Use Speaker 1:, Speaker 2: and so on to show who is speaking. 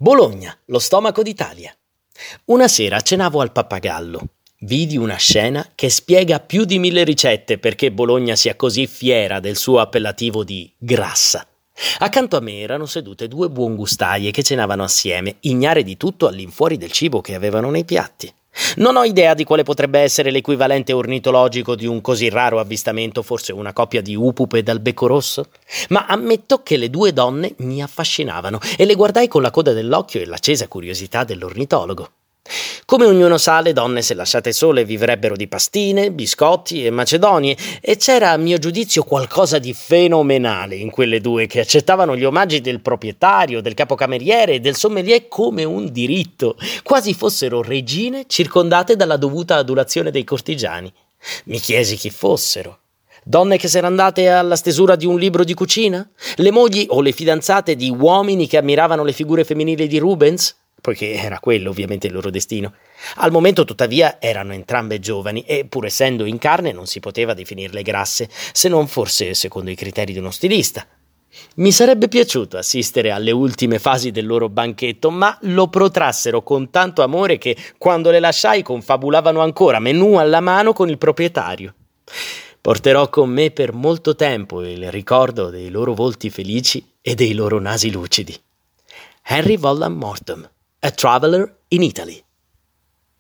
Speaker 1: Bologna, lo stomaco d'Italia. Una sera cenavo al Pappagallo. Vidi una scena che spiega più di 1000 ricette perché Bologna sia così fiera del suo appellativo di grassa. Accanto a me erano sedute 2 buongustaie che cenavano assieme, ignare di tutto all'infuori del cibo che avevano nei piatti. Non ho idea di quale potrebbe essere l'equivalente ornitologico di un così raro avvistamento, forse una coppia di upupe dal becco rosso? Ma ammetto che le 2 donne mi affascinavano e le guardai con la coda dell'occhio e l'accesa curiosità dell'ornitologo. Come ognuno sa, le donne, se lasciate sole, vivrebbero di pastine, biscotti e macedonie, e c'era a mio giudizio qualcosa di fenomenale in quelle 2 che accettavano gli omaggi del proprietario, del capocameriere e del sommelier come un diritto, quasi fossero regine circondate dalla dovuta adulazione dei cortigiani. Mi chiesi chi fossero. Donne che s'erano andate alla stesura di un libro di cucina? Le mogli o le fidanzate di uomini che ammiravano le figure femminili di Rubens? Poiché era quello ovviamente il loro destino. Al momento tuttavia erano entrambe giovani e pur essendo in carne non si poteva definirle grasse, se non forse secondo i criteri di uno stilista. Mi sarebbe piaciuto assistere alle ultime fasi del loro banchetto, ma lo protrassero con tanto amore che quando le lasciai confabulavano ancora, menù alla mano, con il proprietario. Porterò con me per molto tempo il ricordo dei loro volti felici e dei loro nasi lucidi. Henry Vollam Morton, A Traveler in Italy.